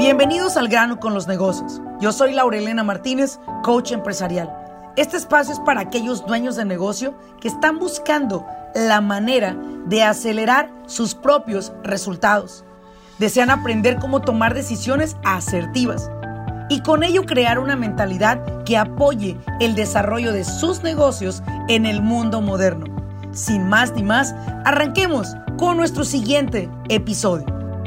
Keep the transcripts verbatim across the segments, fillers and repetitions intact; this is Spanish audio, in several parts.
Bienvenidos al grano con los negocios. Yo soy Laurelena Martínez, coach empresarial. Este espacio es para aquellos dueños de negocio que están buscando la manera de acelerar sus propios resultados. Desean aprender cómo tomar decisiones asertivas y con ello crear una mentalidad que apoye el desarrollo de sus negocios en el mundo moderno. Sin más ni más, arranquemos con nuestro siguiente episodio.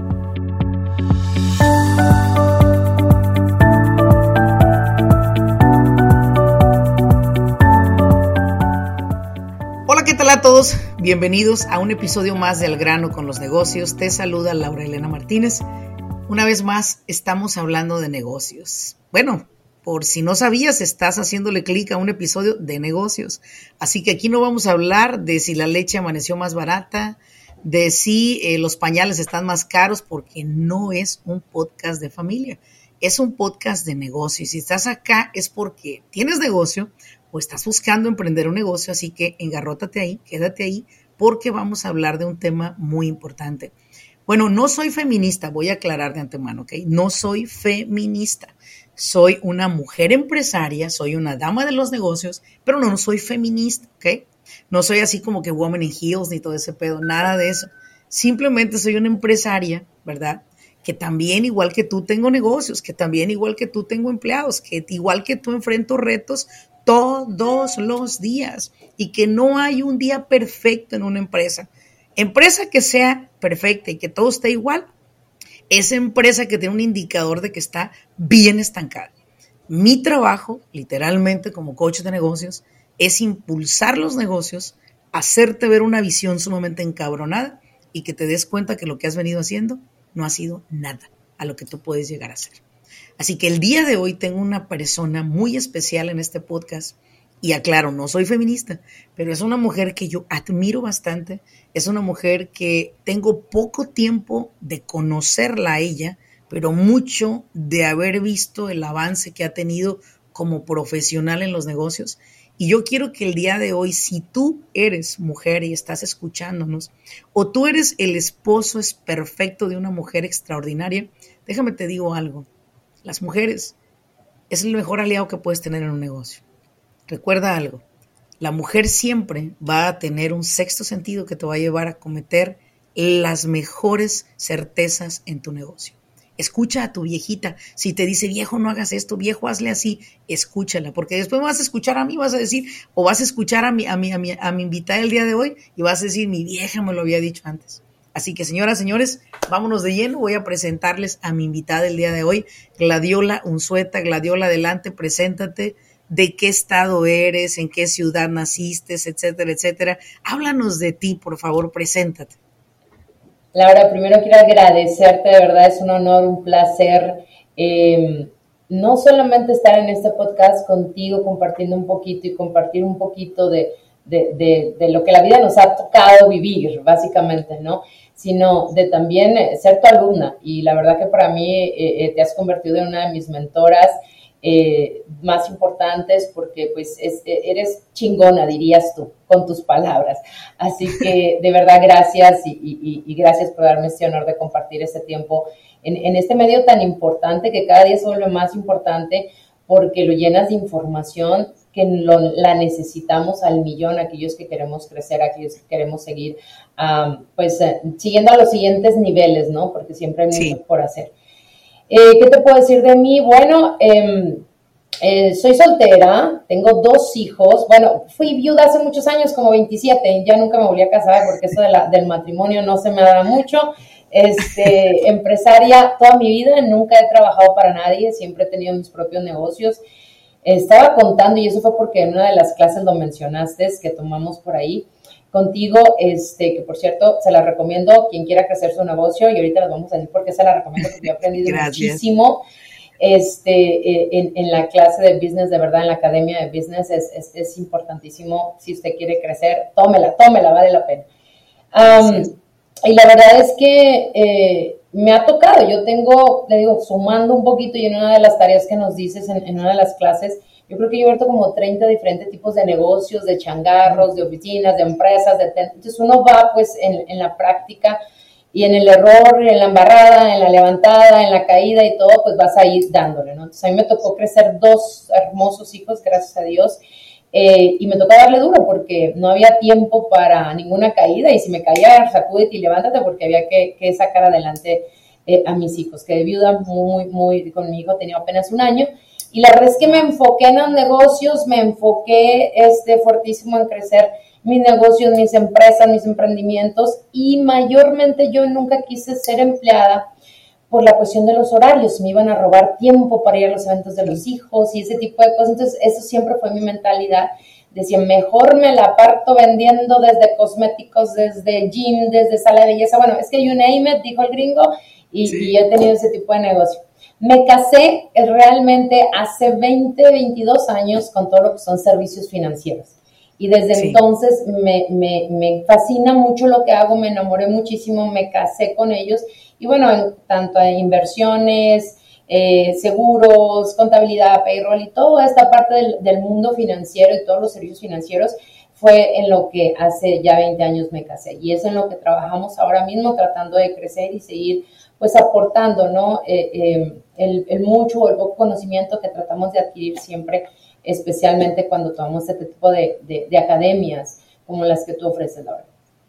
Hola, ¿qué tal a todos? Bienvenidos a un episodio más de Al Grano con los Negocios. Te saluda Laurelena Martínez. Una vez más, estamos hablando de negocios. Bueno, por si no sabías, estás haciéndole clic a un episodio de negocios. Así que aquí no vamos a hablar de si la leche amaneció más barata, de si eh, los pañales están más caros, porque no es un podcast de familia. Es un podcast de negocios. Si estás acá es porque tienes negocio o estás buscando emprender un negocio, así que engarrótate ahí, quédate ahí, porque vamos a hablar de un tema muy importante. Bueno, no soy feminista, voy a aclarar de antemano, ¿ok? No soy feminista. Soy una mujer empresaria, soy una dama de los negocios, pero no, no soy feminista, ¿ok? No soy así como que woman in heels ni todo ese pedo, nada de eso. Simplemente soy una empresaria, ¿verdad? Que también, igual que tú, tengo negocios, que también, igual que tú, tengo empleados, que igual que tú, enfrento retos todos los días y que no hay un día perfecto en una empresa. Empresa que sea perfecta y que todo esté igual, esa empresa que tiene un indicador de que está bien estancada. Mi trabajo, literalmente como coach de negocios, es impulsar los negocios, hacerte ver una visión sumamente encabronada y que te des cuenta que lo que has venido haciendo no ha sido nada a lo que tú puedes llegar a ser. Así que el día de hoy tengo una persona muy especial en este podcast. Y aclaro, no soy feminista, pero es una mujer que yo admiro bastante. Es una mujer que tengo poco tiempo de conocerla a ella, pero mucho de haber visto el avance que ha tenido como profesional en los negocios. Y yo quiero que el día de hoy, si tú eres mujer y estás escuchándonos, o tú eres el esposo es perfecto de una mujer extraordinaria, déjame te digo algo. Las mujeres es el mejor aliado que puedes tener en un negocio. Recuerda algo, la mujer siempre va a tener un sexto sentido que te va a llevar a cometer las mejores certezas en tu negocio. Escucha a tu viejita, si te dice, viejo, no hagas esto, viejo, hazle así, escúchala, porque después me vas a escuchar a mí, vas a decir, o vas a escuchar a mi, a mi, a mi, a mi invitada el día de hoy y vas a decir, mi vieja me lo había dicho antes. Así que, señoras, señores, vámonos de lleno. Voy a presentarles a mi invitada el día de hoy, Gladiola Unzueta. Gladiola, adelante, preséntate. ¿De qué estado eres? ¿En qué ciudad naciste? Etcétera, etcétera. Háblanos de ti, por favor, preséntate. Laura, primero quiero agradecerte, de verdad es un honor, un placer, eh, no solamente estar en este podcast contigo, compartiendo un poquito y compartir un poquito de, de, de, de lo que la vida nos ha tocado vivir, básicamente, ¿no? Sino de también ser tu alumna. Y la verdad que para mí eh, eh, te has convertido en una de mis mentoras Eh, más importantes porque pues es, eres chingona, dirías tú, con tus palabras. Así que de verdad gracias y, y, y gracias por darme este honor de compartir este tiempo en, en este medio tan importante que cada día se vuelve más importante porque lo llenas de información que lo, la necesitamos al millón, aquellos que queremos crecer, aquellos que queremos seguir um, pues eh, siguiendo a los siguientes niveles, ¿no? Porque siempre hay mucho sí. por hacer. Eh, ¿Qué te puedo decir de mí? Bueno, eh, eh, soy soltera, tengo dos hijos. Bueno, fui viuda hace muchos años, como veintisiete, ya nunca me volví a casar porque eso de la, del matrimonio no se me da mucho. Este, empresaria toda mi vida, nunca he trabajado para nadie, siempre he tenido mis propios negocios. Estaba contando, y eso fue porque en una de las clases lo mencionaste, que tomamos por ahí, contigo, este, que por cierto, se la recomiendo, quien quiera crecer su negocio, y ahorita les vamos a decir por qué se la recomiendo, porque yo he aprendido muchísimo, este, en, en la clase de business, de verdad, en la academia de business, es, es, es importantísimo, si usted quiere crecer, tómela, tómela, vale la pena. Um, sí. Y la verdad es que eh, me ha tocado, yo tengo, le digo, sumando un poquito, y en una de las tareas que nos dices en, en una de las clases, yo creo que yo he abierto como treinta diferentes tipos de negocios, de changarros, de oficinas, de empresas, de ten- entonces uno va pues en, en la práctica y en el error, en la embarrada, en la levantada, en la caída y todo, pues vas a ir dándole, ¿no? Entonces a mí me tocó crecer dos hermosos hijos, gracias a Dios, eh, y me tocó darle duro porque no había tiempo para ninguna caída, y si me caía, sacúdete y levántate porque había que, que sacar adelante eh, a mis hijos. Quedé viuda muy, muy, con mi hijo tenía apenas un año, y la verdad es que me enfoqué en los negocios, me enfoqué este, fuertísimo en crecer mis negocios, mis empresas, mis emprendimientos, y mayormente yo nunca quise ser empleada por la cuestión de los horarios. Me iban a robar tiempo para ir a los eventos de los hijos y ese tipo de cosas. Entonces eso siempre fue mi mentalidad. Decía, mejor me la parto vendiendo desde cosméticos, desde gym, desde sala de belleza. Bueno, es que you name it, dijo el gringo, y, sí. y he tenido ese tipo de negocio. Me casé realmente hace veinte, veintidós años con todo lo que son servicios financieros. Y desde sí. entonces me, me, me fascina mucho lo que hago, me enamoré muchísimo, me casé con ellos. Y bueno, en, tanto en inversiones, eh, seguros, contabilidad, payroll y toda esta parte del, del mundo financiero y todos los servicios financieros fue en lo que hace ya veinte años me casé. Y es en lo que trabajamos ahora mismo, tratando de crecer y seguir pues aportando, ¿no? Eh, eh, el, el mucho o el poco conocimiento que tratamos de adquirir siempre, especialmente cuando tomamos este tipo de, de, de academias como las que tú ofreces, Laura.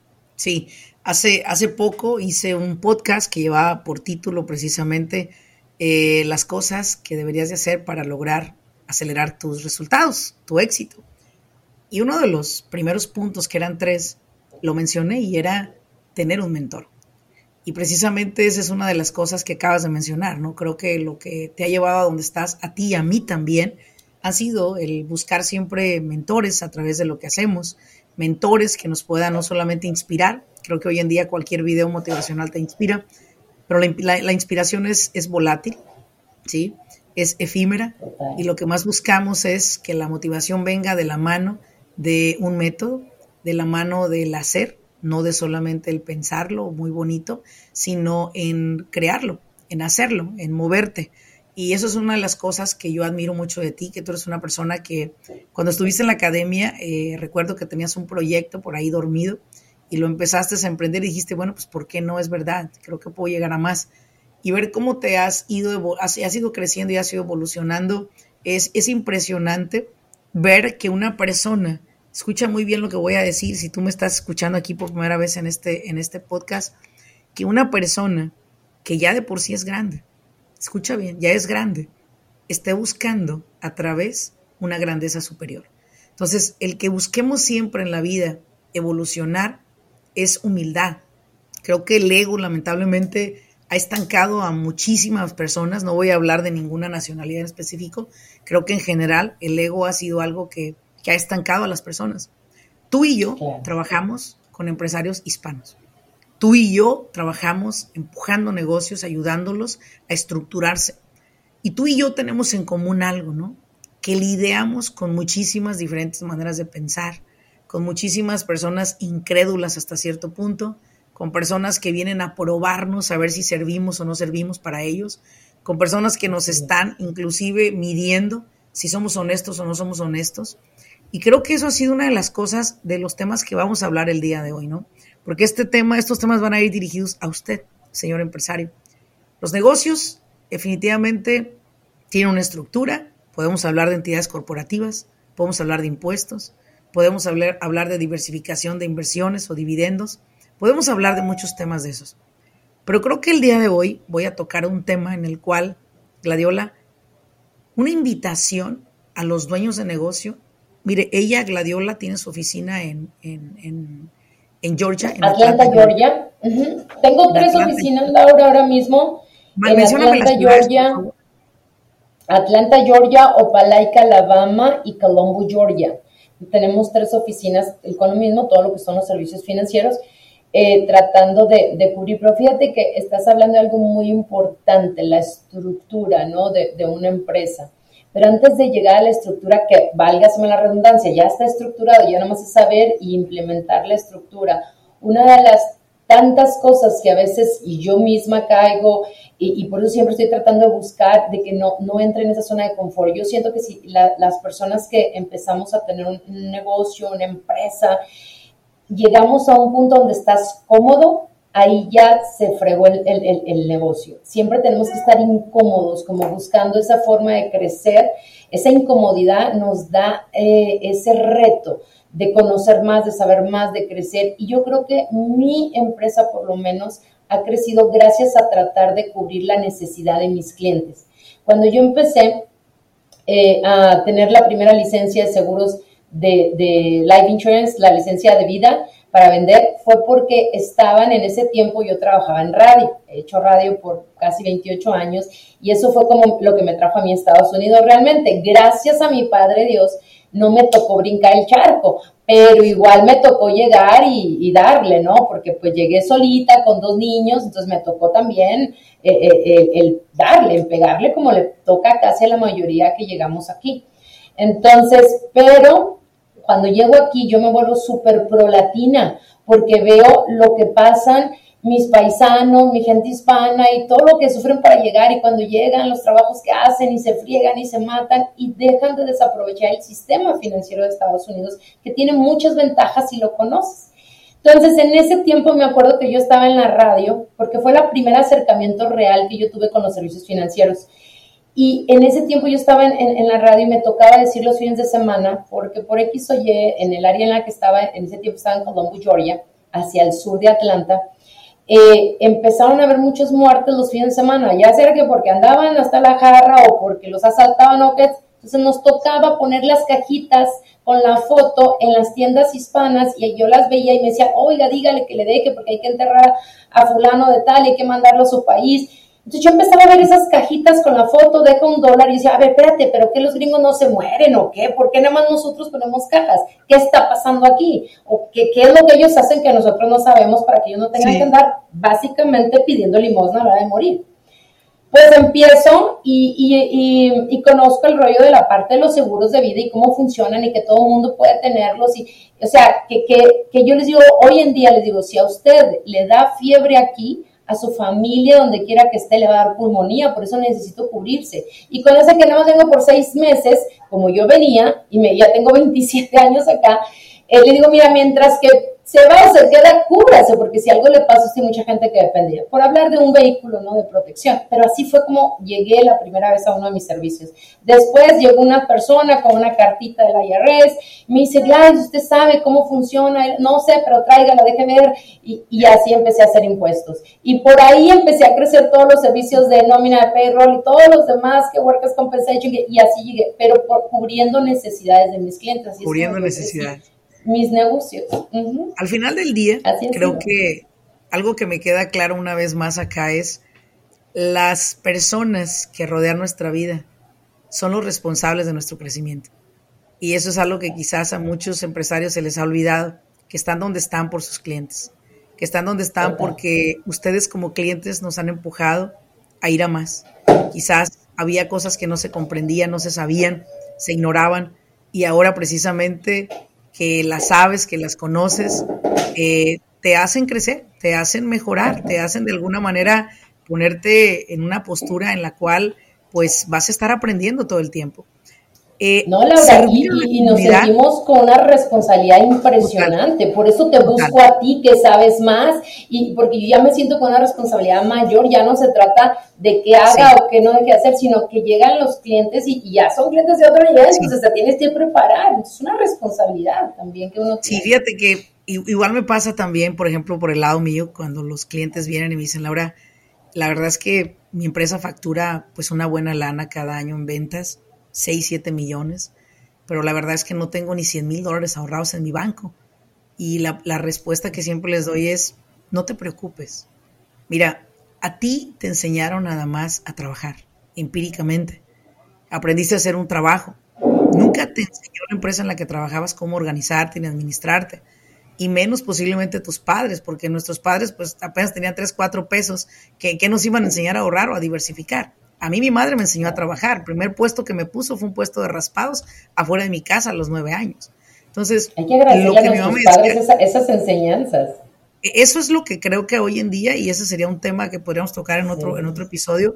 Sí, hace, hace poco hice un podcast que llevaba por título precisamente eh, las cosas que deberías de hacer para lograr acelerar tus resultados, tu éxito. Y uno de los primeros puntos, que eran tres, lo mencioné y era tener un mentor. Y precisamente esa es una de las cosas que acabas de mencionar, ¿no? Creo que lo que te ha llevado a donde estás, a ti y a mí también, ha sido el buscar siempre mentores a través de lo que hacemos, mentores que nos puedan no solamente inspirar, creo que hoy en día cualquier video motivacional te inspira, pero la, la, la inspiración es, es volátil, ¿sí? Es efímera, y lo que más buscamos es que la motivación venga de la mano de un método, de la mano del hacer, no de solamente el pensarlo, muy bonito, sino en crearlo, en hacerlo, en moverte. Y eso es una de las cosas que yo admiro mucho de ti, que tú eres una persona que cuando estuviste en la academia, eh, recuerdo que tenías un proyecto por ahí dormido y lo empezaste a emprender y dijiste, bueno, pues ¿por qué no? Es verdad, creo que puedo llegar a más. Y ver cómo te has ido, has, has ido creciendo y has ido evolucionando, es, es impresionante ver que una persona, escucha muy bien lo que voy a decir, si tú me estás escuchando aquí por primera vez en este, en este podcast, que una persona que ya de por sí es grande, escucha bien, ya es grande, esté buscando a través una grandeza superior. Entonces, el que busquemos siempre en la vida evolucionar es humildad. Creo que el ego, lamentablemente, ha estancado a muchísimas personas. No voy a hablar de ninguna nacionalidad en específico. Creo que en general el ego ha sido algo que, que ha estancado a las personas. Tú y yo claro. trabajamos con empresarios hispanos. Tú y yo trabajamos empujando negocios, ayudándolos a estructurarse. Y tú y yo tenemos en común algo, ¿no? Que lidiamos con muchísimas diferentes maneras de pensar, con muchísimas personas incrédulas hasta cierto punto, con personas que vienen a probarnos a ver si servimos o no servimos para ellos, con personas que nos están inclusive midiendo si somos honestos o no somos honestos. Y creo que eso ha sido una de las cosas de los temas que vamos a hablar el día de hoy, ¿no? Porque este tema, estos temas van a ir dirigidos a usted, señor empresario. Los negocios definitivamente tienen una estructura. Podemos hablar de entidades corporativas, podemos hablar de impuestos, podemos hablar, hablar de diversificación de inversiones o dividendos, podemos hablar de muchos temas de esos. Pero creo que el día de hoy voy a tocar un tema en el cual, Gladiola, una invitación a los dueños de negocio. Mire, ella, Gladiola, tiene su oficina en, en, en, en Georgia. En Atlanta, Atlanta, Georgia. Uh-huh. Tengo en tres Atlanta. oficinas, Laura, ahora mismo. Mal, en Atlanta, Georgia. Atlanta, Georgia, Opelika, Alabama y Colombo, Georgia. Tenemos tres oficinas con lo mismo, todo lo que son los servicios financieros, eh, tratando de, de cubrir. Pero fíjate que estás hablando de algo muy importante, la estructura, ¿no? de, de una empresa. Pero antes de llegar a la estructura, que válgase la redundancia, ya está estructurado, ya nomás es saber y implementar la estructura. Una de las tantas cosas que a veces y yo misma caigo, y, y por eso siempre estoy tratando de buscar de que no, no entre en esa zona de confort. Yo siento que si la, las personas que empezamos a tener un negocio, una empresa, llegamos a un punto donde estás cómodo, ahí ya se fregó el, el, el, el negocio. Siempre tenemos que estar incómodos, como buscando esa forma de crecer. Esa incomodidad nos da eh, ese reto de conocer más, de saber más, de crecer. Y yo creo que mi empresa, por lo menos, ha crecido gracias a tratar de cubrir la necesidad de mis clientes. Cuando yo empecé eh, a tener la primera licencia de seguros de, de life insurance, la licencia de vida para vender, fue porque estaban en ese tiempo, yo trabajaba en radio, he hecho radio por casi veintiocho años, y eso fue como lo que me trajo a mí a Estados Unidos realmente. Gracias a mi Padre Dios, no me tocó brincar el charco, pero igual me tocó llegar y, y darle, ¿no? Porque pues llegué solita con dos niños, entonces me tocó también eh, eh, el, el darle, el pegarle como le toca casi a la mayoría que llegamos aquí. Entonces, pero cuando llego aquí yo me vuelvo súper pro-latina, porque veo lo que pasan mis paisanos, mi gente hispana y todo lo que sufren para llegar, y cuando llegan los trabajos que hacen y se friegan y se matan y dejan de desaprovechar el sistema financiero de Estados Unidos, que tiene muchas ventajas si lo conoces. Entonces, en ese tiempo me acuerdo que yo estaba en la radio, porque fue el primer acercamiento real que yo tuve con los servicios financieros. Y en ese tiempo yo estaba en, en, en la radio y me tocaba decir los fines de semana, porque por X o Y, en el área en la que estaba, en ese tiempo estaba en Columbus, Georgia, hacia el sur de Atlanta, eh, empezaron a haber muchas muertes los fines de semana, ya sea que porque andaban hasta la jarra o porque los asaltaban o qué. Entonces nos tocaba poner las cajitas con la foto en las tiendas hispanas, y yo las veía y me decía, oiga, dígale que le deje porque hay que enterrar a fulano de tal, hay que mandarlo a su país. Entonces yo empezaba a ver esas cajitas con la foto, deja un dólar, y decía, a ver, espérate, ¿pero qué los gringos no se mueren o qué? ¿Por qué nada más nosotros ponemos cajas? ¿Qué está pasando aquí? ¿O qué, qué es lo que ellos hacen que nosotros no sabemos para que ellos no tengan sí. que andar básicamente pidiendo limosna a la hora de morir? Pues empiezo y, y, y, y conozco el rollo de la parte de los seguros de vida y cómo funcionan y que todo el mundo puede tenerlos. Y, o sea, que, que, que yo les digo, hoy en día les digo, si a usted le da fiebre aquí, a su familia, donde quiera que esté, le va a dar pulmonía, por eso necesito cubrirse. Y con ese que nada más vengo por seis meses, como yo venía, y me, ya tengo veintisiete años acá, eh, le digo, mira, mientras que se va o se queda, cúbrase, porque si algo le pasa, hay mucha gente que depende. Por hablar de un vehículo, ¿no?, de protección. Pero así fue como llegué la primera vez a uno de mis servicios. Después llegó una persona con una cartita del I R S, me dice, Gladys, ¿usted sabe cómo funciona? No sé, pero tráigala, deje ver. Y, y así empecé a hacer impuestos. Y por ahí empecé a crecer todos los servicios de nómina de payroll y todos los demás, que workers compensation, y así llegué, pero por, cubriendo necesidades de mis clientes. Así cubriendo necesidades. Mis negocios. Uh-huh. Al final del día, creo que algo que me queda claro una vez más acá es las personas que rodean nuestra vida son los responsables de nuestro crecimiento. Y eso es algo que quizás a muchos empresarios se les ha olvidado, que están donde están por sus clientes, que están donde están porque ustedes como clientes nos han empujado a ir a más. Quizás había cosas que no se comprendían, no se sabían, se ignoraban, y ahora precisamente que las sabes, que las conoces, eh, te hacen crecer, te hacen mejorar, te hacen de alguna manera ponerte en una postura en la cual pues vas a estar aprendiendo todo el tiempo. Eh, no, Laura, y, y nos sentimos con una responsabilidad impresionante, total, por eso te busco total. a ti que sabes más, y porque yo ya me siento con una responsabilidad mayor, ya no se trata de qué haga sí. o qué no de qué hacer, sino que llegan los clientes y, y ya son clientes de otro nivel, sí. entonces te tienes que preparar, es una responsabilidad también que uno tiene. Sí, fíjate que igual me pasa también, por ejemplo, por el lado mío, cuando los clientes vienen y me dicen, Laura, la verdad es que mi empresa factura pues una buena lana cada año en ventas, seis, siete millones, pero la verdad es que no tengo ni cien mil dólares ahorrados en mi banco. Y la, la respuesta que siempre les doy es, no te preocupes. Mira, a ti te enseñaron nada más a trabajar, empíricamente. Aprendiste a hacer un trabajo. Nunca te enseñó la empresa en la que trabajabas cómo organizarte ni administrarte. Y menos posiblemente tus padres, porque nuestros padres pues apenas tenían tres, cuatro pesos que, que nos iban a enseñar a ahorrar o a diversificar. A mí mi madre me enseñó a trabajar. El primer puesto que me puso fue un puesto de raspados afuera de mi casa a los nueve años. Entonces, hay que agradecerle a nuestros padres esa, esas enseñanzas. Eso es lo que creo que hoy en día, y ese sería un tema que podríamos tocar en otro, sí. en otro episodio,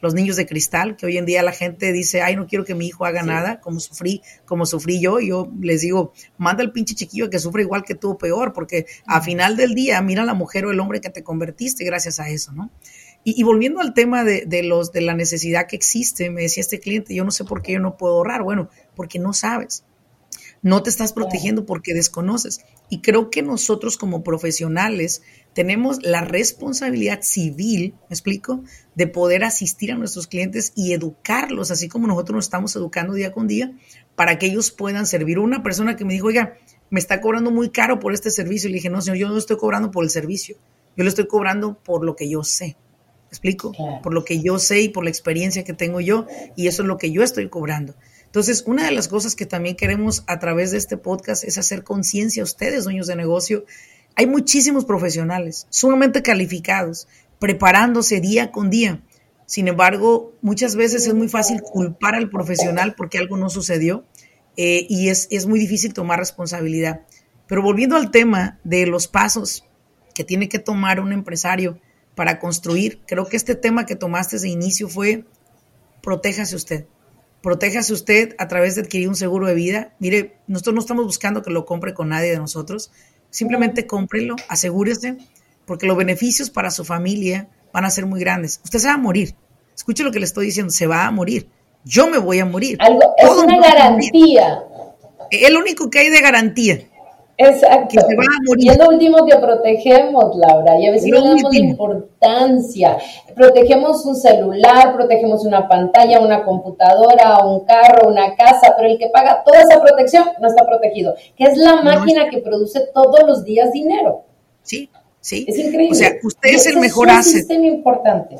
los niños de cristal, que hoy en día la gente dice, ay, no quiero que mi hijo haga sí. nada, como sufrí, como sufrí yo. Yo les digo, manda al pinche chiquillo que sufre igual que tú o peor, porque a final del día, mira la mujer o el hombre que te convertiste gracias a eso, ¿no? Y, y volviendo al tema de, de, los, de la necesidad que existe, me decía este cliente, yo no sé por qué yo no puedo ahorrar. Bueno, porque no sabes. No te estás protegiendo porque desconoces. Y creo que nosotros como profesionales tenemos la responsabilidad civil, ¿me explico?, de poder asistir a nuestros clientes y educarlos, así como nosotros nos estamos educando día con día, para que ellos puedan servir. Una persona que me dijo, oiga, me está cobrando muy caro por este servicio. Y le dije, no, señor, yo no estoy cobrando por el servicio. Yo le estoy cobrando por lo que yo sé. ¿Me explico? Claro. Por lo que yo sé y por la experiencia que tengo yo. Y eso es lo que yo estoy cobrando. Entonces, una de las cosas que también queremos a través de este podcast es hacer conciencia a ustedes, dueños de negocio. Hay muchísimos profesionales sumamente calificados, preparándose día con día. Sin embargo, muchas veces es muy fácil culpar al profesional porque algo no sucedió eh, y es, es muy difícil tomar responsabilidad. Pero volviendo al tema de los pasos que tiene que tomar un empresario para construir, creo que este tema que tomaste de inicio fue protéjase usted. Protéjase usted a través de adquirir un seguro de vida. Mire, nosotros no estamos buscando que lo compre con nadie de nosotros. Simplemente cómprelo, asegúrese, porque los beneficios para su familia van a ser muy grandes. Usted se va a morir. Escuche lo que le estoy diciendo, se va a morir. Yo me voy a morir. Algo, es Todos una garantía. Es lo único que hay de garantía. Exacto. Que se va a morir. Y es lo último que protegemos, Laura, y a veces no le damos la importancia. Protegemos un celular, protegemos una pantalla, una computadora, un carro, una casa, pero el que paga toda esa protección no está protegido, que es la máquina no. que produce todos los días dinero. Sí, sí. Es increíble. O sea, usted y es el mejor es un asset. sistema importante.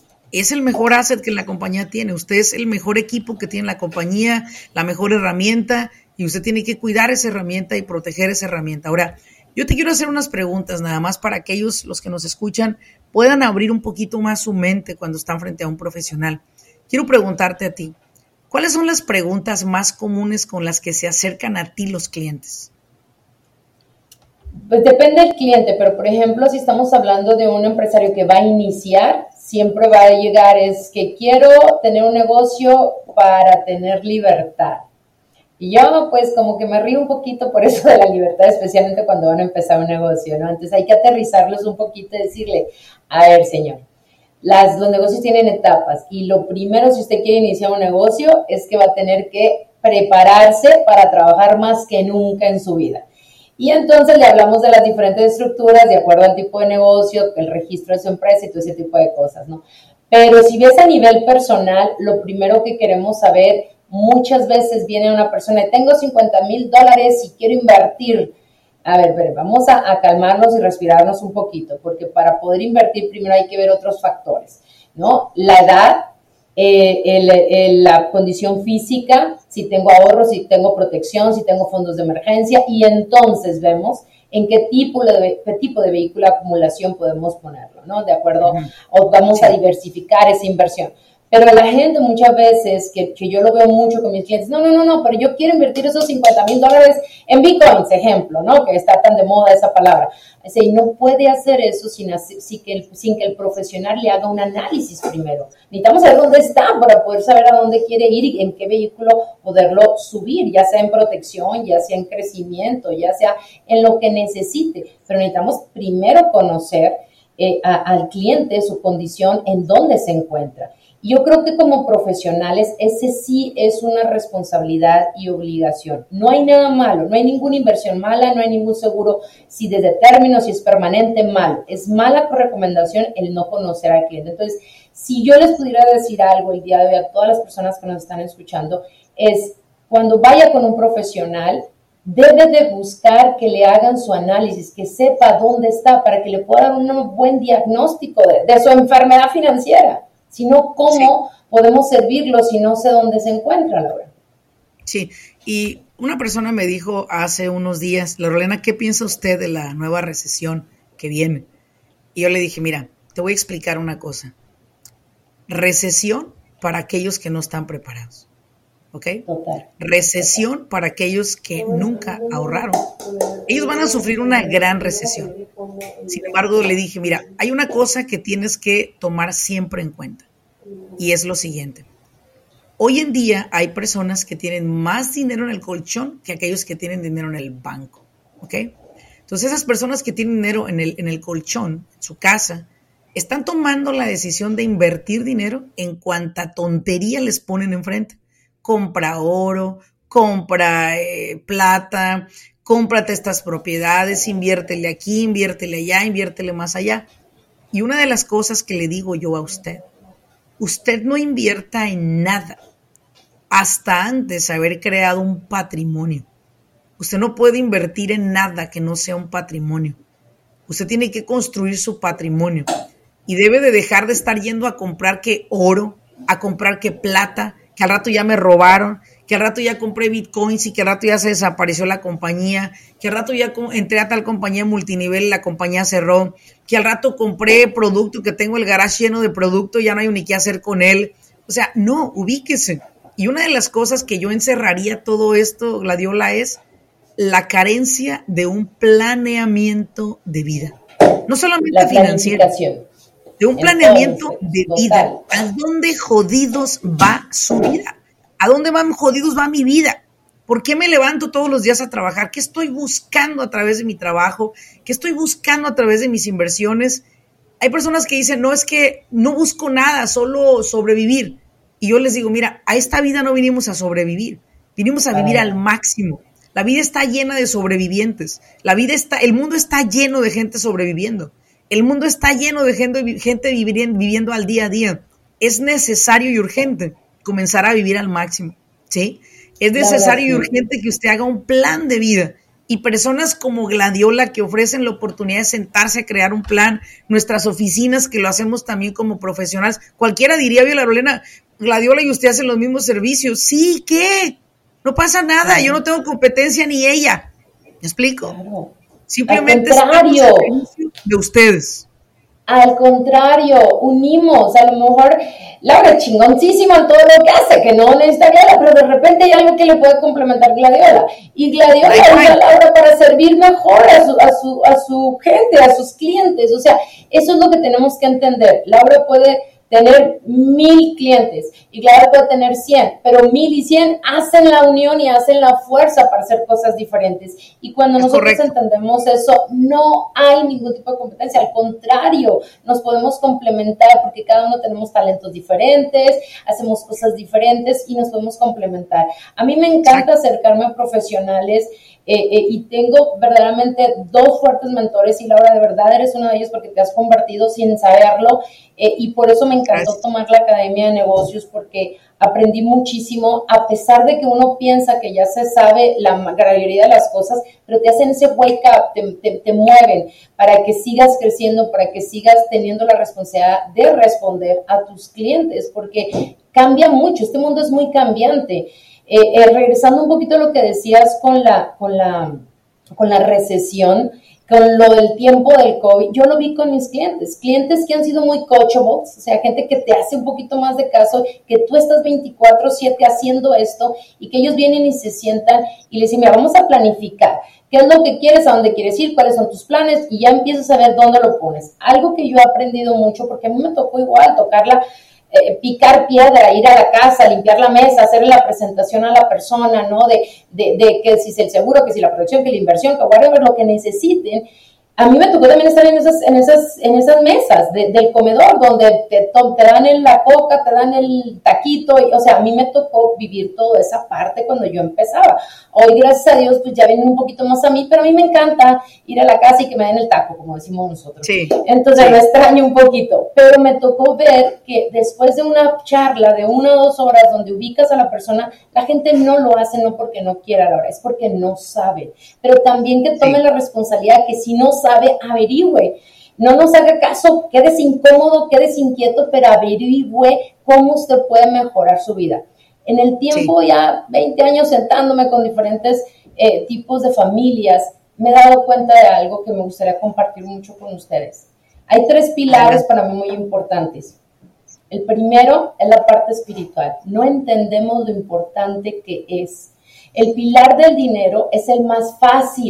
Es el mejor asset que la compañía tiene. Usted es el mejor equipo que tiene la compañía, la mejor herramienta. Y usted tiene que cuidar esa herramienta y proteger esa herramienta. Ahora, yo te quiero hacer unas preguntas nada más para que ellos, los que nos escuchan, puedan abrir un poquito más su mente cuando están frente a un profesional. Quiero preguntarte a ti, ¿cuáles son las preguntas más comunes con las que se acercan a ti los clientes? Pues depende del cliente, pero por ejemplo, si estamos hablando de un empresario que va a iniciar, siempre va a llegar es que quiero tener un negocio para tener libertad. Y yo, pues, como que me río un poquito por eso de la libertad, especialmente cuando van a empezar un negocio, ¿no? Entonces hay que aterrizarlos un poquito y decirle, a ver, señor, las, los negocios tienen etapas y lo primero, si usted quiere iniciar un negocio, es que va a tener que prepararse para trabajar más que nunca en su vida. Y entonces le hablamos de las diferentes estructuras de acuerdo al tipo de negocio, el registro de su empresa y todo ese tipo de cosas, ¿no? Pero si ves a nivel personal, lo primero que queremos saber, muchas veces viene una persona y tengo cincuenta mil dólares y quiero invertir. A ver, ver vamos a, a calmarnos y respirarnos un poquito, porque para poder invertir primero hay que ver otros factores, ¿no? La edad, eh, el, el, la condición física, si tengo ahorros, si tengo protección, si tengo fondos de emergencia, y entonces vemos en qué tipo de, qué tipo de vehículo de acumulación podemos ponerlo, ¿no? De acuerdo, uh-huh. o vamos sí. a diversificar esa inversión. Pero la gente muchas veces, que, que yo lo veo mucho con mis clientes, no, no, no, no, pero yo quiero invertir esos cincuenta mil dólares en Bitcoins, ejemplo, ¿no? Que está tan de moda esa palabra. O sea, y no puede hacer eso sin, hacer, sin, que el, sin que el profesional le haga un análisis primero. Necesitamos saber dónde está para poder saber a dónde quiere ir y en qué vehículo poderlo subir, ya sea en protección, ya sea en crecimiento, ya sea en lo que necesite. Pero necesitamos primero conocer eh, a, al cliente, su condición, en dónde se encuentra. Yo creo que como profesionales ese sí es una responsabilidad y obligación. No hay nada malo, no hay ninguna inversión mala, no hay ningún seguro, si desde términos, si es permanente, mal. Es mala recomendación el no conocer al cliente. Entonces, si yo les pudiera decir algo el día de hoy a todas las personas que nos están escuchando, es cuando vaya con un profesional, debe de buscar que le hagan su análisis, que sepa dónde está para que le pueda dar un buen diagnóstico de, de su enfermedad financiera. Sino cómo sí. podemos servirlo si no sé dónde se encuentra, Laura. Sí, y una persona me dijo hace unos días, Lorena, ¿qué piensa usted de la nueva recesión que viene? Y yo le dije, mira, te voy a explicar una cosa. Recesión para aquellos que no están preparados, ¿ok? Total. Recesión para aquellos que nunca ahorraron. Ellos van a sufrir una gran recesión. Sin embargo, le dije, mira, hay una cosa que tienes que tomar siempre en cuenta. y es lo siguiente. Hoy en día hay personas que tienen más dinero en el colchón que aquellos que tienen dinero en el banco, ¿ok? Entonces esas personas que tienen dinero en el, en el colchón, en su casa, están tomando la decisión de invertir dinero en cuanta tontería les ponen enfrente. Compra oro, compra eh, plata, cómprate estas propiedades, inviértele aquí, inviértele allá, inviértele más allá. Y una de las cosas que le digo yo a usted, usted no invierta en nada hasta antes de haber creado un patrimonio. Usted no puede invertir en nada que no sea un patrimonio. Usted tiene que construir su patrimonio y debe de dejar de estar yendo a comprar que oro, a comprar que plata, que al rato ya me robaron, que al rato ya compré bitcoins y que al rato ya se desapareció la compañía, que al rato ya entré a tal compañía multinivel y la compañía cerró, que al rato compré producto, que tengo el garage lleno de producto y ya no hay ni qué hacer con él. O sea, no, ubíquese. Y una de las cosas que yo encerraría todo esto, Gladiola, es la carencia de un planeamiento de vida. No solamente financiero, de un planeamiento de vida. ¿A dónde jodidos va su vida? ¿A dónde van jodidos va mi vida? ¿Por qué me levanto todos los días a trabajar? ¿Qué estoy buscando a través de mi trabajo? ¿Qué estoy buscando a través de mis inversiones? Hay personas que dicen, no, es que no busco nada, solo sobrevivir. Y yo les digo, mira, a esta vida no vinimos a sobrevivir, vinimos a vivir al máximo. La vida está llena de sobrevivientes. La vida está, el mundo está lleno de gente sobreviviendo. El mundo está lleno de gente, gente viviendo, viviendo al día a día. Es necesario y urgente comenzar a vivir al máximo, ¿sí? Es necesario y urgente que usted haga un plan de vida. Y personas como Gladiola que ofrecen la oportunidad de sentarse a crear un plan, nuestras oficinas que lo hacemos también como profesionales. Cualquiera diría, Viola Lorena, Gladiola y usted hacen los mismos servicios. Sí, ¿qué? No pasa nada, yo no tengo competencia ni ella. ¿Me explico? Claro. Simplemente estamos al servicio de ustedes. Al contrario, unimos, a lo mejor Laura es chingoncísima en todo lo que hace, que no necesita Gladiola, pero de repente hay algo que le puede complementar Gladiola. Y Gladiola usa a Laura para servir mejor a su, a, su, a su gente, a sus clientes. O sea, eso es lo que tenemos que entender. Laura puede tener mil clientes y Gladiola puede tener cien, pero mil y cien hacen la unión y hacen la fuerza para hacer cosas diferentes. Y cuando es nosotros correcto. Entendemos eso, no hay ningún tipo de competencia, al contrario, nos podemos complementar porque cada uno tenemos talentos diferentes, hacemos cosas diferentes y nos podemos complementar. A mí me encanta acercarme a profesionales Eh, eh, y tengo verdaderamente dos fuertes mentores y Laura, de verdad eres uno de ellos porque te has convertido sin saberlo eh, y por eso me encantó Gracias. Tomar la Academia de Negocios porque aprendí muchísimo a pesar de que uno piensa que ya se sabe la mayoría de las cosas, pero te hacen ese wake up, te, te, te mueven para que sigas creciendo, para que sigas teniendo la responsabilidad de responder a tus clientes porque cambia mucho, este mundo es muy cambiante. Eh, eh, regresando un poquito a lo que decías con la, con la, con la recesión, con lo del tiempo del COVID, yo lo vi con mis clientes, clientes que han sido muy coachables, o sea, gente que te hace un poquito más de caso, que tú estás veinticuatro siete haciendo esto y que ellos vienen y se sientan y les dicen, mira, vamos a planificar, qué es lo que quieres, a dónde quieres ir, cuáles son tus planes y ya empiezas a ver dónde lo pones. Algo que yo he aprendido mucho, porque a mí me tocó igual tocarla, Eh, picar piedra, ir a la casa, limpiar la mesa, hacerle la presentación a la persona, ¿no? De, de, de que si es el seguro, que si la producción, que la inversión, que whatever, lo que necesiten. A mí me tocó también estar en esas, en esas, en esas mesas de, del comedor donde te, te dan el, la coca, te dan el taquito, y, o sea, a mí me tocó vivir toda esa parte cuando yo empezaba. Hoy, gracias a Dios, pues ya vienen un poquito más a mí, pero a mí me encanta ir a la casa y que me den el taco, como decimos nosotros. Sí. Entonces sí. Lo extraño un poquito, pero me tocó ver que después de una charla de una o dos horas donde ubicas a la persona, la gente no lo hace no porque no quiera, Laura, es porque no sabe, pero también que tome sí. La responsabilidad que si no sabe, averigüe. No nos haga caso, quédese incómodo, quédese inquieto, pero averigüe cómo usted puede mejorar su vida. En el tiempo, sí. Ya veinte años sentándome con diferentes eh, tipos de familias, me he dado cuenta de algo que me gustaría compartir mucho con ustedes. Hay tres pilares para mí muy importantes. El primero es la parte espiritual. No entendemos lo importante que es. El pilar del dinero es el más fácil,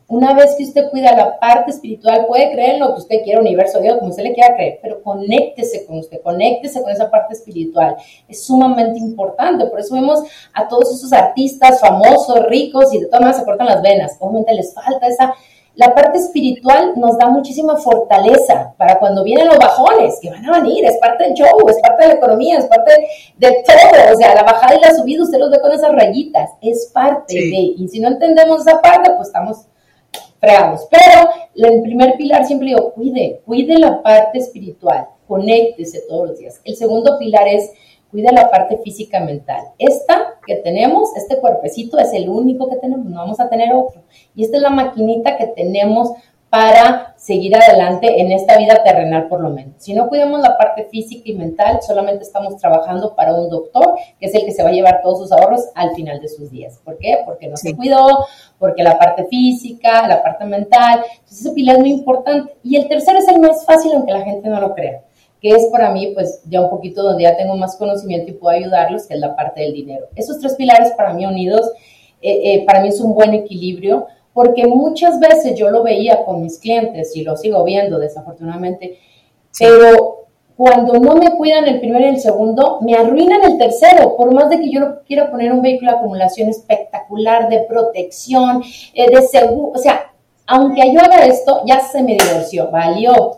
Una vez que usted cuida la parte espiritual, puede creer en lo que usted quiera, universo, Dios, como usted le quiera creer, pero conéctese con usted, conéctese con esa parte espiritual. Es sumamente importante. Por eso vemos a todos esos artistas famosos, ricos, y de todas maneras se cortan las venas. Obviamente les falta esa... La parte espiritual nos da muchísima fortaleza para cuando vienen los bajones, que van a venir, es parte del show, es parte de la economía, es parte de todo. O sea, la bajada y la subida, usted los ve con esas rayitas, es parte sí. de... Y si no entendemos esa parte, pues estamos... fregados. Pero el primer pilar siempre digo, cuide, cuide la parte espiritual, conéctese todos los días. El segundo pilar es cuide la parte física mental. Esta que tenemos, este cuerpecito es el único que tenemos, no vamos a tener otro. Y esta es la maquinita que tenemos para seguir adelante en esta vida terrenal por lo menos. Si no cuidamos la parte física y mental, solamente estamos trabajando para un doctor, que es el que se va a llevar todos sus ahorros al final de sus días. ¿Por qué? Porque no sí. se cuidó, porque la parte física, la parte mental, entonces ese pilar es muy importante. Y el tercero es el más fácil, aunque la gente no lo crea, que es para mí, pues, ya un poquito donde ya tengo más conocimiento y puedo ayudarlos, que es la parte del dinero. Esos tres pilares para mí unidos, eh, eh, para mí es un buen equilibrio, porque muchas veces yo lo veía con mis clientes, y lo sigo viendo desafortunadamente, sí. pero cuando no me cuidan el primero y el segundo, me arruinan el tercero, por más de que yo no quiera poner un vehículo de acumulación espectacular, de protección, eh, de seguro, o sea, aunque yo haga esto, ya se me divorció, valió.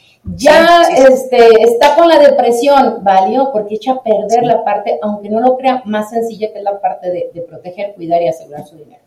Ya sí, sí, sí. Este, está con la depresión, valió, porque echa a perder sí. la parte, aunque no lo crea, más sencilla, que es la parte de, de proteger, cuidar y asegurar su dinero.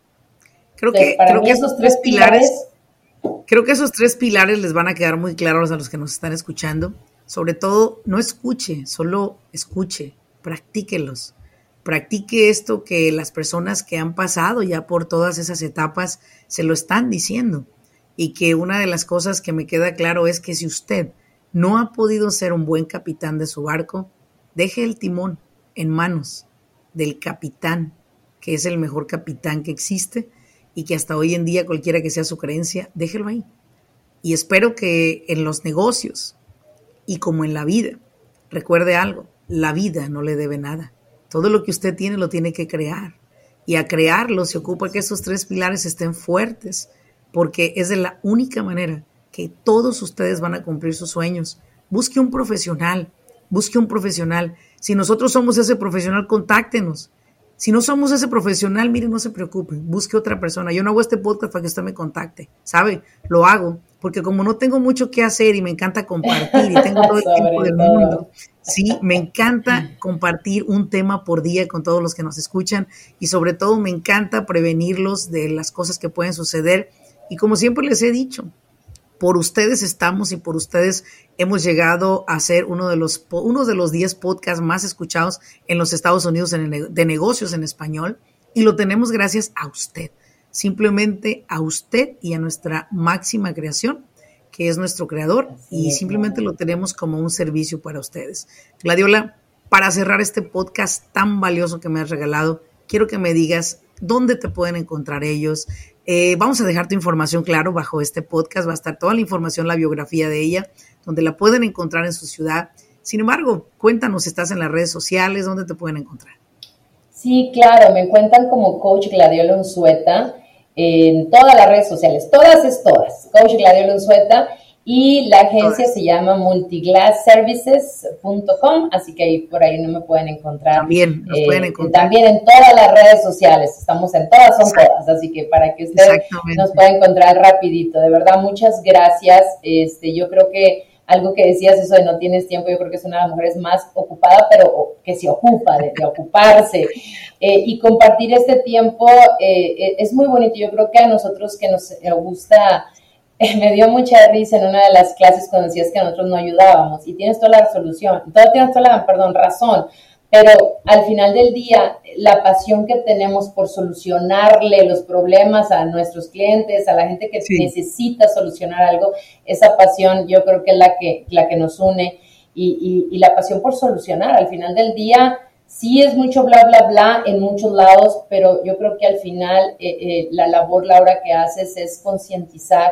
Creo Entonces, que, creo que esos tres pilares, pilares, creo que esos tres pilares les van a quedar muy claros a los que nos están escuchando. Sobre todo, no escuche, solo escuche, practíquelos. Practique esto que las personas que han pasado ya por todas esas etapas se lo están diciendo. Y que una de las cosas que me queda claro es que si usted no ha podido ser un buen capitán de su barco, deje el timón en manos del capitán, que es el mejor capitán que existe y que hasta hoy en día, cualquiera que sea su creencia, déjelo ahí. Y espero que en los negocios y como en la vida, recuerde algo, la vida no le debe nada. Todo lo que usted tiene lo tiene que crear. Y a crearlo se ocupa que esos tres pilares estén fuertes, porque es de la única manera que todos ustedes van a cumplir sus sueños. Busque un profesional, busque un profesional. Si nosotros somos ese profesional, contáctenos. Si no somos ese profesional, mire, no se preocupe, busque otra persona. Yo no hago este podcast para que usted me contacte, ¿sabe? Lo hago porque como no tengo mucho que hacer y me encanta compartir y tengo todo el tiempo del mundo, sí, me encanta compartir un tema por día con todos los que nos escuchan y sobre todo me encanta prevenirlos de las cosas que pueden suceder. Y como siempre les he dicho, por ustedes estamos y por ustedes hemos llegado a ser uno de los uno de los diez podcasts más escuchados en los Estados Unidos en el, de negocios en español, y lo tenemos gracias a usted, simplemente a usted y a nuestra máxima creación, que es nuestro creador, y simplemente lo tenemos como un servicio para ustedes. Gladiola, para cerrar este podcast tan valioso que me has regalado, quiero que me digas dónde te pueden encontrar ellos. Eh, vamos a dejar tu información, claro, bajo este podcast va a estar toda la información, la biografía de ella, donde la pueden encontrar en su ciudad. Sin embargo, cuéntanos, ¿estás en las redes sociales? ¿Dónde te pueden encontrar? Sí, claro, me encuentran como Coach Gladiola Unzueta en todas las redes sociales, todas es todas, Coach Gladiola Unzueta, y la agencia se llama multiglass services punto com, así que ahí por ahí no me pueden encontrar. También nos eh, pueden encontrar. También en todas las redes sociales, estamos en todas, son Exacto. todas, así que para que ustedes nos puedan encontrar rapidito. De verdad, muchas gracias. Este, yo creo que algo que decías, eso de no tienes tiempo, yo creo que es una de las mujeres más ocupada, pero que se ocupa de, de ocuparse. Eh, y compartir este tiempo eh, es muy bonito. Yo creo que a nosotros que nos gusta... Me dio mucha risa en una de las clases cuando decías que nosotros no ayudábamos, y tienes toda la solución, todo tienes toda la, perdón, razón, pero al final del día, la pasión que tenemos por solucionarle los problemas a nuestros clientes, a la gente que sí. necesita solucionar algo, esa pasión yo creo que es la que, la que nos une, y, y, y la pasión por solucionar, al final del día, sí es mucho bla, bla, bla en muchos lados, pero yo creo que al final eh, eh, la labor, Laura, que haces es concientizar.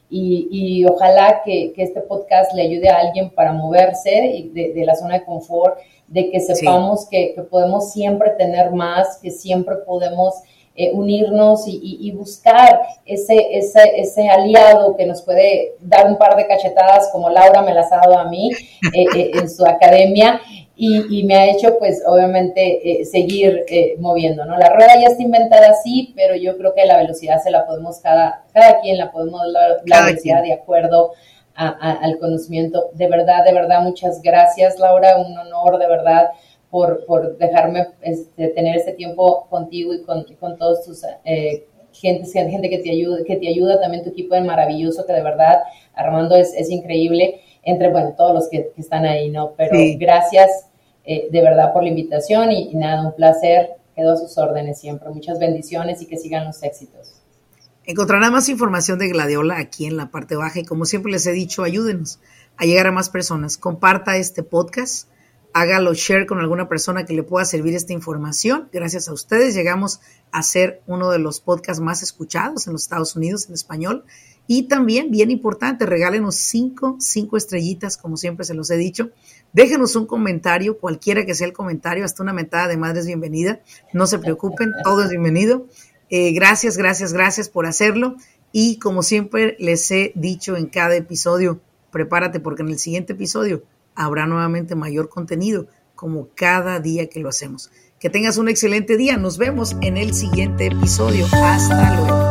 Y, y ojalá que, que este podcast le ayude a alguien para moverse de, de la zona de confort, de que sepamos sí. que, que podemos siempre tener más, que siempre podemos eh, unirnos y, y, y buscar ese, ese, ese aliado que nos puede dar un par de cachetadas como Laura me las ha dado a mí eh, eh, en su academia. Y, y me ha hecho, pues, obviamente, eh, seguir eh, moviendo, ¿no? La rueda ya está inventada así, pero yo creo que la velocidad se la podemos, cada, cada quien la podemos, la, la velocidad de acuerdo a, a, al conocimiento. De verdad, de verdad, muchas gracias, Laura, un honor, de verdad, por, por dejarme este, tener este tiempo contigo y con, y con todos tus eh, gente, gente que te ayuda, que te ayuda, también tu equipo es maravilloso, que de verdad, Armando, es, es increíble, entre, bueno, todos los que, que están ahí, ¿no? Pero sí. Gracias eh, de verdad por la invitación y, y nada, un placer, quedo a sus órdenes siempre. Muchas bendiciones y que sigan los éxitos. Encontrarán más información de Gladiola aquí en la parte baja y como siempre les he dicho, ayúdenos a llegar a más personas. Comparta este podcast, hágalo share con alguna persona que le pueda servir esta información. Gracias a ustedes llegamos a ser uno de los podcasts más escuchados en los Estados Unidos en español. Y también, bien importante, regálenos cinco, cinco estrellitas, como siempre se los he dicho. Déjenos un comentario, cualquiera que sea el comentario, hasta una mentada de madre es bienvenida. No se preocupen, todo es bienvenido. Eh, gracias, gracias, gracias por hacerlo. Y como siempre les he dicho en cada episodio, prepárate porque en el siguiente episodio habrá nuevamente mayor contenido, como cada día que lo hacemos. Que tengas un excelente día. Nos vemos en el siguiente episodio. Hasta luego.